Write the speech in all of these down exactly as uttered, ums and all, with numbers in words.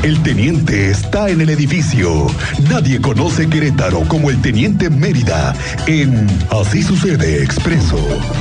El teniente está en el edificio. Nadie conoce Querétaro como el teniente Mérida en Así Sucede Expreso.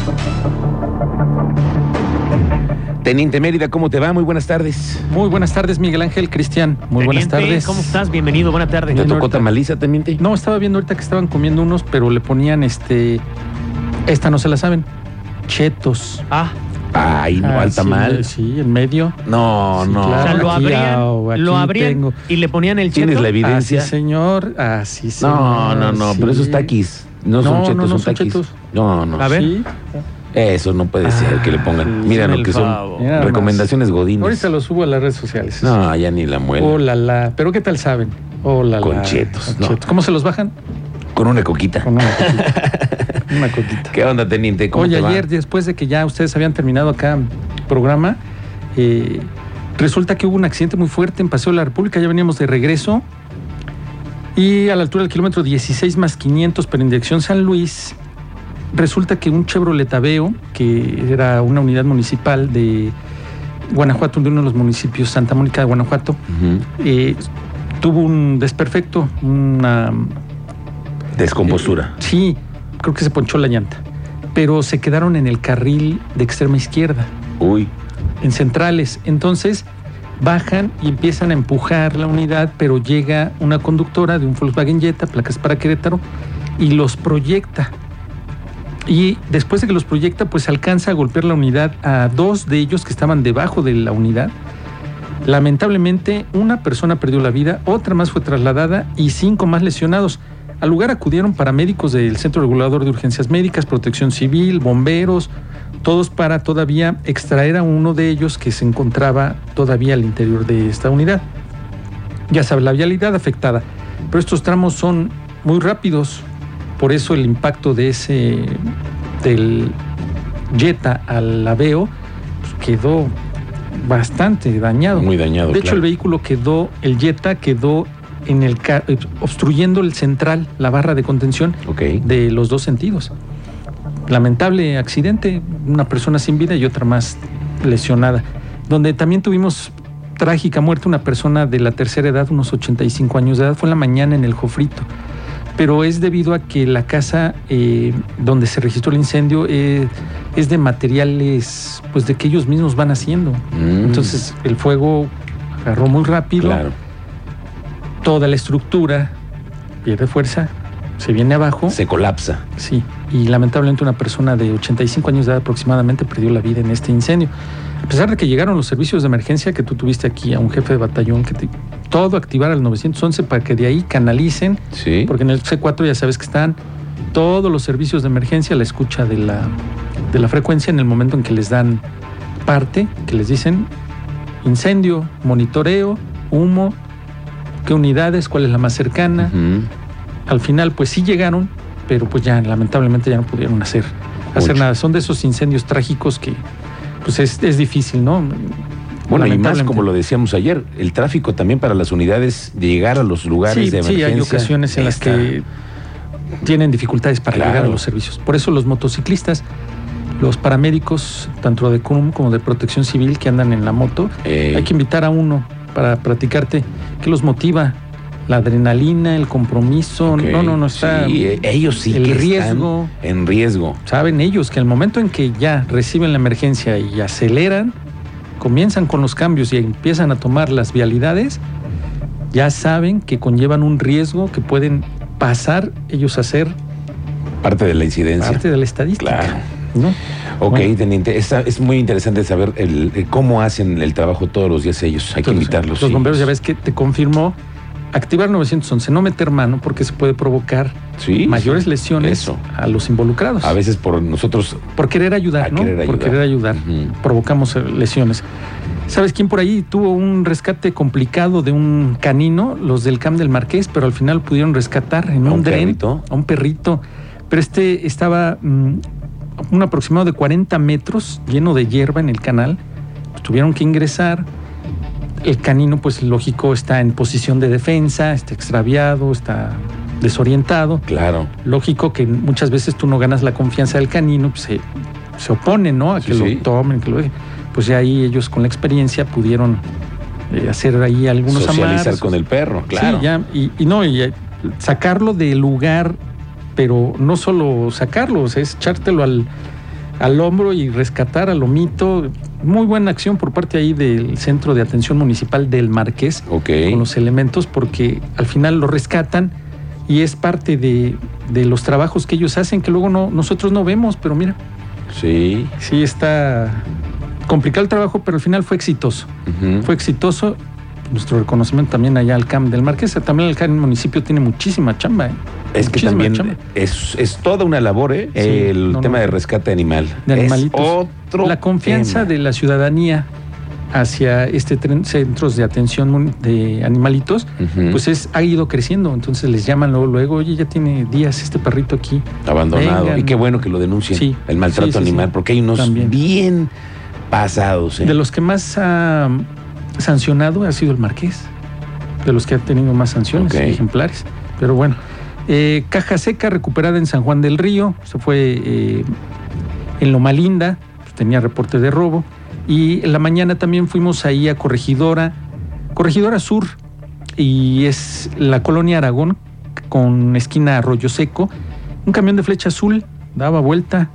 Teniente Mérida, ¿cómo te va? Muy buenas tardes. Muy buenas tardes, Miguel Ángel, Cristian. Muy Teniente, buenas tardes. ¿Cómo estás? Bienvenido, buena tarde. ¿Te tocó tamaliza, teniente? No, estaba viendo ahorita que estaban comiendo unos, pero le ponían este... Esta no se la saben. Chetos. Ah. Ay, no, ah, al tamal. Sí, sí, en medio. No, sí, no. Claro, o sea, lo aquí, abrían, oh, aquí lo abrían tengo. y le ponían el cheto. ¿Tienes la evidencia? Así, señor. Así, señor. No, no, no, sí. pero esos taquis. No, No, son chetos, no, no son son taquis. chetos. No, no. A ver. Sí. Eso no puede ser Ah, que le pongan. sí, Mira hazme lo que el son favor. Mira recomendaciones godines. Ahorita lo subo a las redes sociales. No, ya ni la muela. Oh, la, la. Pero ¿qué tal saben? Oh, la, Con la. chetos, Con no. chetos. ¿Cómo se los bajan? Con una coquita. Con una coquita. Una coquita. ¿Qué onda, teniente? ¿Cómo Oye, te va? ayer, después de que ya ustedes habían terminado acá programa, eh, resulta que hubo un accidente muy fuerte en Paseo de la República. Ya veníamos de regreso y a la altura del kilómetro dieciséis más quinientos, pero en dirección San Luis, resulta que un Chevrolet Aveo, que era una unidad municipal de Guanajuato, de uno de los municipios, Santa Mónica de Guanajuato, Ujú. eh, tuvo un desperfecto, una... Descompostura. Eh, sí, creo que se ponchó la llanta, pero se quedaron en el carril de extrema izquierda, Uy. en centrales. Entonces bajan y empiezan a empujar la unidad, pero llega una conductora de un Volkswagen Jetta, placas para Querétaro, y los proyecta. Y después de que los proyecta, pues alcanza a golpear la unidad a dos de ellos que estaban debajo de la unidad. Lamentablemente, una persona perdió la vida, otra más fue trasladada y cinco más lesionados. Al lugar acudieron paramédicos del Centro Regulador de Urgencias Médicas, Protección Civil, bomberos, todos para todavía extraer a uno de ellos que se encontraba todavía al interior de esta unidad. Ya sabe, la vialidad afectada, pero estos tramos son muy rápidos, por eso el impacto de ese, del Jetta al Aveo, pues quedó bastante dañado. Muy dañado. De hecho, claro. el vehículo quedó, el Jetta quedó en el ca- obstruyendo el central, la barra de contención Ok. de los dos sentidos. Lamentable accidente, una persona sin vida y otra más lesionada. Donde también tuvimos trágica muerte una persona de la tercera edad, unos ochenta y cinco años de edad, fue en la mañana en el Jofrito. Pero es debido a que la casa eh, donde se registró el incendio eh, es de materiales, pues de que ellos mismos van haciendo. Mm. Entonces el fuego agarró muy rápido. Claro. Toda la estructura pierde fuerza, se viene abajo. Se colapsa. Sí, y lamentablemente una persona de ochenta y cinco años de edad aproximadamente perdió la vida en este incendio. A pesar de que llegaron los servicios de emergencia, que tú tuviste aquí a un jefe de batallón, que te, todo activar al nueve once para que de ahí canalicen, Sí. porque en el C cuatro ya sabes que están todos los servicios de emergencia, la escucha de la, de la frecuencia en el momento en que les dan parte, que les dicen incendio, monitoreo, humo, qué unidades, cuál es la más cercana. Ujú. Al final, pues sí llegaron, pero pues ya lamentablemente ya no pudieron hacer, hacer Mucho. nada. Son de esos incendios trágicos que pues es, es difícil, ¿no? Bueno, y más Lamentablemente. como lo decíamos ayer, el tráfico también para las unidades de llegar a los lugares Sí, de sí, emergencia. hay ocasiones en las está- que tienen dificultades para Claro. llegar a los servicios. Por eso los motociclistas, los paramédicos, tanto de C U M como de Protección Civil que andan en la moto, Eh, hay que invitar a uno para platicarte qué los motiva. La adrenalina, el compromiso, ok. no, no, no está... Sí, eh, ellos sí el que riesgo. están en riesgo. Saben ellos que al momento en que ya reciben la emergencia y aceleran, comienzan con los cambios y empiezan a tomar las vialidades, ya saben que conllevan un riesgo que pueden pasar ellos a ser Parte de la incidencia. parte de la estadística. Claro. ¿No? Ok, Bueno. teniente, esta- es muy interesante saber el, el cómo hacen el trabajo todos los días ellos. Hay que Entonces, invitarlos. Los sí. bomberos ya ves que te confirmó activar nueve once, no meter mano porque se puede provocar Sí, mayores sí. lesiones Eso. a los involucrados. A veces por nosotros. Por querer ayudar, A ¿no? querer Por ayudar. querer ayudar. Ujú. Provocamos eh, lesiones. ¿Sabes quién por ahí tuvo un rescate complicado de un canino? Los del Camp del Marqués, pero al final pudieron rescatar en ¿A un, un dren perrito? a un perrito. Pero este estaba mm, un aproximado de cuarenta metros lleno de hierba en el canal. Pues tuvieron que ingresar. El canino, pues lógico, está en posición de defensa, está extraviado, está desorientado. Claro. Lógico que muchas veces tú no ganas la confianza del canino, pues se, se opone, ¿no? A que Sí, lo sí. tomen, que lo dejen. Pues ya ahí ellos con la experiencia pudieron eh, hacer ahí algunos Socializar amarres. con el perro, claro. Sí, ya, y, y no, y eh, sacarlo del lugar, pero no solo sacarlo, o sea, es echártelo al, al hombro y rescatar al lomito. Muy buena acción por parte ahí del Centro de Atención Municipal del Marqués, Ok. con los elementos, porque al final lo rescatan y es parte de, de los trabajos que ellos hacen, que luego no, nosotros no vemos, pero mira, Sí. sí está complicado el trabajo, pero al final fue exitoso. Ujú. Fue exitoso. Nuestro reconocimiento también allá al C A M del Marqués. También el C A M del municipio tiene muchísima chamba. ¿eh? Es que Muchísima también chamba. es, es toda una labor, ¿eh? Sí, el no, tema no. de rescate animal. De animalitos. Es otro La confianza tema. de la ciudadanía hacia este tren- centros de atención mun- de animalitos, Ujú. pues es, ha ido creciendo. Entonces les llaman luego, luego, oye, ya tiene días este perrito aquí. Abandonado. Vengan. Y qué bueno que lo denuncien, Sí, el maltrato sí, sí, animal, sí. porque hay unos También. bien pasados. ¿eh? De los que más ha sancionado ha sido el Marqués, de los que ha tenido más sanciones Ok. ejemplares. Pero bueno, eh, caja seca recuperada en San Juan del Río, se fue eh, en Loma Linda, pues tenía reporte de robo. Y en la mañana también fuimos ahí a Corregidora, Corregidora Sur, y es la colonia Aragón, con esquina Arroyo Seco. Un camión de flecha azul daba vuelta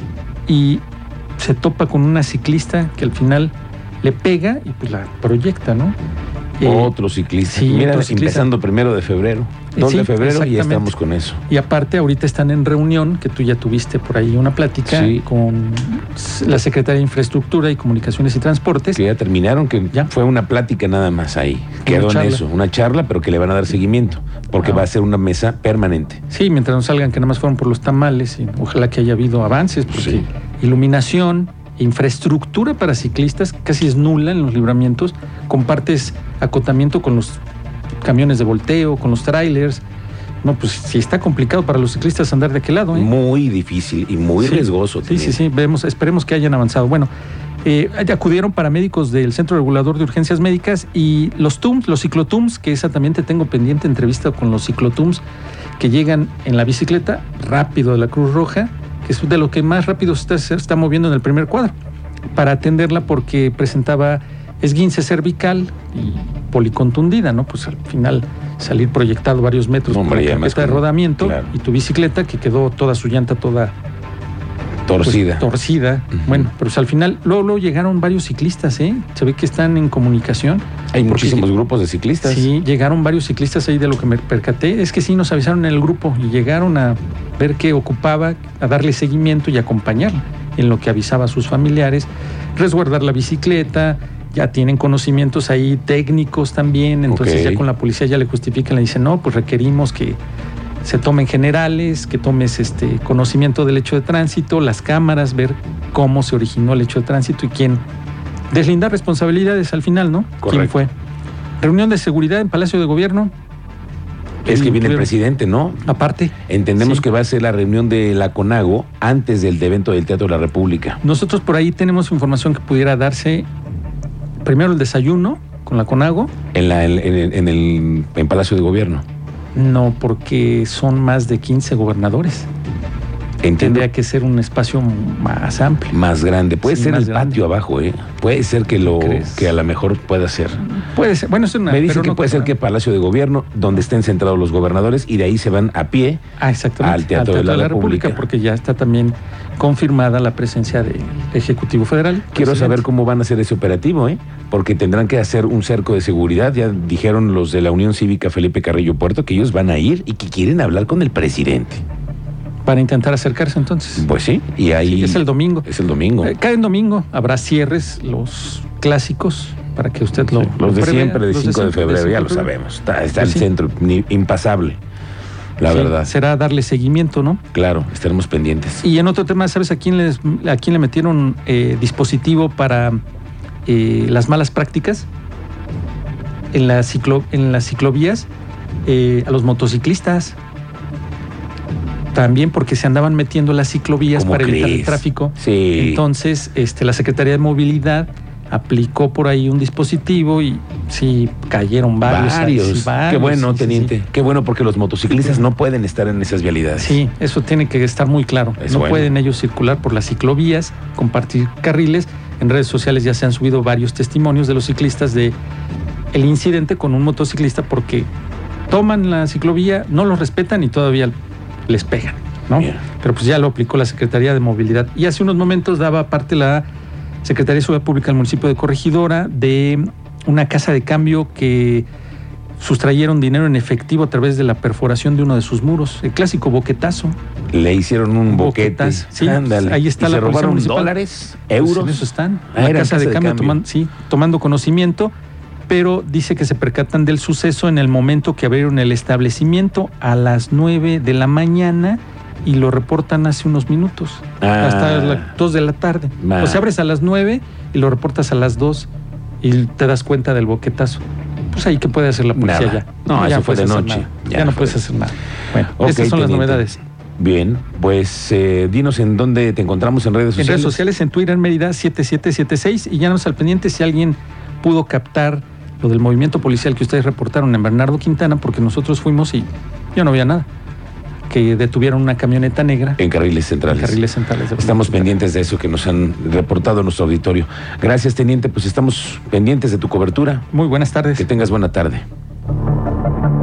y se topa con una ciclista que al final le pega y pues la proyecta, ¿no? Eh, Otro ciclista. sí, Mira, otro ciclista. empezando primero de febrero. Eh, dos sí, de febrero y ya exactamente. estamos con eso. Y aparte ahorita están en reunión, que tú ya tuviste por ahí una plática Sí. con la Secretaría de Infraestructura y Comunicaciones y Transportes. Que ya terminaron, que Ya. fue una plática nada más ahí. Quedó en charla. eso, una charla, pero que le van a dar seguimiento, porque Ah. va a ser una mesa permanente. Sí, mientras no salgan que nada más fueron por los tamales, y ojalá que haya habido avances, porque Sí. iluminación, infraestructura para ciclistas casi es nula en los libramientos. Compartes acotamiento con los camiones de volteo, con los trailers. No, pues sí está complicado para los ciclistas andar de aquel lado, ¿eh? Muy difícil y muy Sí. riesgoso. Sí, sí, también. sí, vemos, esperemos que hayan avanzado. Bueno, eh, acudieron paramédicos del Centro Regulador de Urgencias Médicas y los T U M S, los ciclotums, que esa también te tengo pendiente entrevista con los ciclotums que llegan en la bicicleta rápido de la Cruz Roja, que es de lo que más rápido se está, se está moviendo en el primer cuadro, para atenderla porque presentaba esguince cervical y policontundida, ¿no? Pues al final salir proyectado varios metros Hombre, por y la además carpeta de con- rodamiento, claro. y tu bicicleta que quedó toda su llanta toda pues, Torcida. torcida. Ujú. Bueno, pero pues, al final, luego, luego llegaron varios ciclistas, ¿eh? Se ve que están en comunicación. Hay Porque- muchísimos grupos de ciclistas. Sí, llegaron varios ciclistas ahí de lo que me percaté. Es que sí, nos avisaron en el grupo y llegaron a ver qué ocupaba, a darle seguimiento y acompañarla en lo que avisaba a sus familiares, resguardar la bicicleta. Ya tienen conocimientos ahí técnicos también, entonces Ok. ya con la policía ya le justifican, le dicen, no, pues requerimos que se tomen generales, que tomes este conocimiento del hecho de tránsito, las cámaras, ver cómo se originó el hecho de tránsito y quién deslindar responsabilidades al final, ¿no? ¿Quién Correcto. fue? Reunión de seguridad en Palacio de Gobierno. Es que Y viene el tuvieron- presidente, ¿no? Aparte, Entendemos Sí. que va a ser la reunión de la CONAGO antes del evento del Teatro de la República. nosotros por ahí tenemos información que pudiera darse primero el desayuno con la CONAGO. En, la, en, en- en el en Palacio de Gobierno. No, porque son más de quince gobernadores. Entiendo. Tendría que ser un espacio más amplio. Más grande. Puede Sí, ser más el grande. patio abajo, ¿eh? Puede ser que lo ¿Crees? que a lo mejor pueda ser. Puede ser, bueno, es una... Me dicen pero que no puede ser creo. que Palacio de Gobierno, donde estén centrados los gobernadores, y de ahí se van a pie. Ah, exactamente. al Teatro de la República. porque ya está también confirmada la presencia del Ejecutivo Federal. Quiero presidente. saber cómo van a hacer ese operativo, ¿eh? Porque tendrán que hacer un cerco de seguridad. Ya dijeron los de la Unión Cívica Felipe Carrillo Puerto que ellos van a ir y que quieren hablar con el presidente. Para intentar acercarse entonces. Pues sí, y ahí... Sí, es el domingo. Es el domingo. Eh, cada en domingo habrá cierres, los clásicos, para que usted lo... Sí, los lo de prevea, siempre, de los cinco de siempre, febrero, ya cinco lo de febrero. sabemos. Está, está Pues el sí. centro ni- impasable, la Sí, verdad. será darle seguimiento, ¿no? Claro, estaremos pendientes. Y en otro tema, ¿sabes a quién, les, a quién le metieron eh, dispositivo para eh, las malas prácticas? En, la ciclo, en las ciclovías, eh, a los motociclistas. También porque se andaban metiendo las ciclovías ¿Cómo para evitar el crees? tráfico. Sí. Entonces, este, la Secretaría de Movilidad aplicó por ahí un dispositivo y sí, cayeron varios. ahí, varios. sí, varios, Qué bueno, sí, sí, teniente. sí. Qué bueno, porque los motociclistas no pueden estar en esas vialidades. Sí, eso tiene que estar muy claro. Es no bueno. pueden ellos circular por las ciclovías, compartir carriles. En redes sociales ya se han subido varios testimonios de los ciclistas de el incidente con un motociclista porque toman la ciclovía, no los respetan y todavía les pegan, ¿no? Bien. Pero pues ya lo aplicó la Secretaría de Movilidad. Y hace unos momentos daba parte la Secretaría de Seguridad Pública del municipio de Corregidora de una casa de cambio que sustrayeron dinero en efectivo a través de la perforación de uno de sus muros, el clásico boquetazo. Le hicieron un boquete. Boquetazo. Sí, Ándale. ahí está ¿Y la se Policía robaron Municipal. dólares, Pues euros? en eso están. Ah, La era casa, de cambio, toman- sí, tomando conocimiento, pero dice que se percatan del suceso en el momento que abrieron el establecimiento a las nueve de la mañana y lo reportan hace unos minutos, Ah. hasta las dos de la tarde. Ah. O sea, abres a las nueve y lo reportas a las dos y te das cuenta del boquetazo. Pues ahí, ¿qué puede hacer la policía Nada. ya? No, eso fue puedes de hacer noche. nada. Ya Ya, no fue puedes de- hacer nada. Bueno, Ok, estas son las teniente. novedades. Bien, pues eh, dinos en dónde te encontramos en redes En sociales. redes sociales, en Twitter, Mérida siete siete siete seis, y ya nos al pendiente si alguien pudo captar lo del movimiento policial que ustedes reportaron en Bernardo Quintana, porque nosotros fuimos y yo no había nada. Que detuvieron una camioneta negra En carriles en centrales. carriles centrales. de Estamos Bernardo pendientes de eso que nos han reportado en nuestro auditorio. Gracias, teniente. Pues estamos pendientes de tu cobertura. Quintana. Muy buenas tardes. Que tengas buena tarde.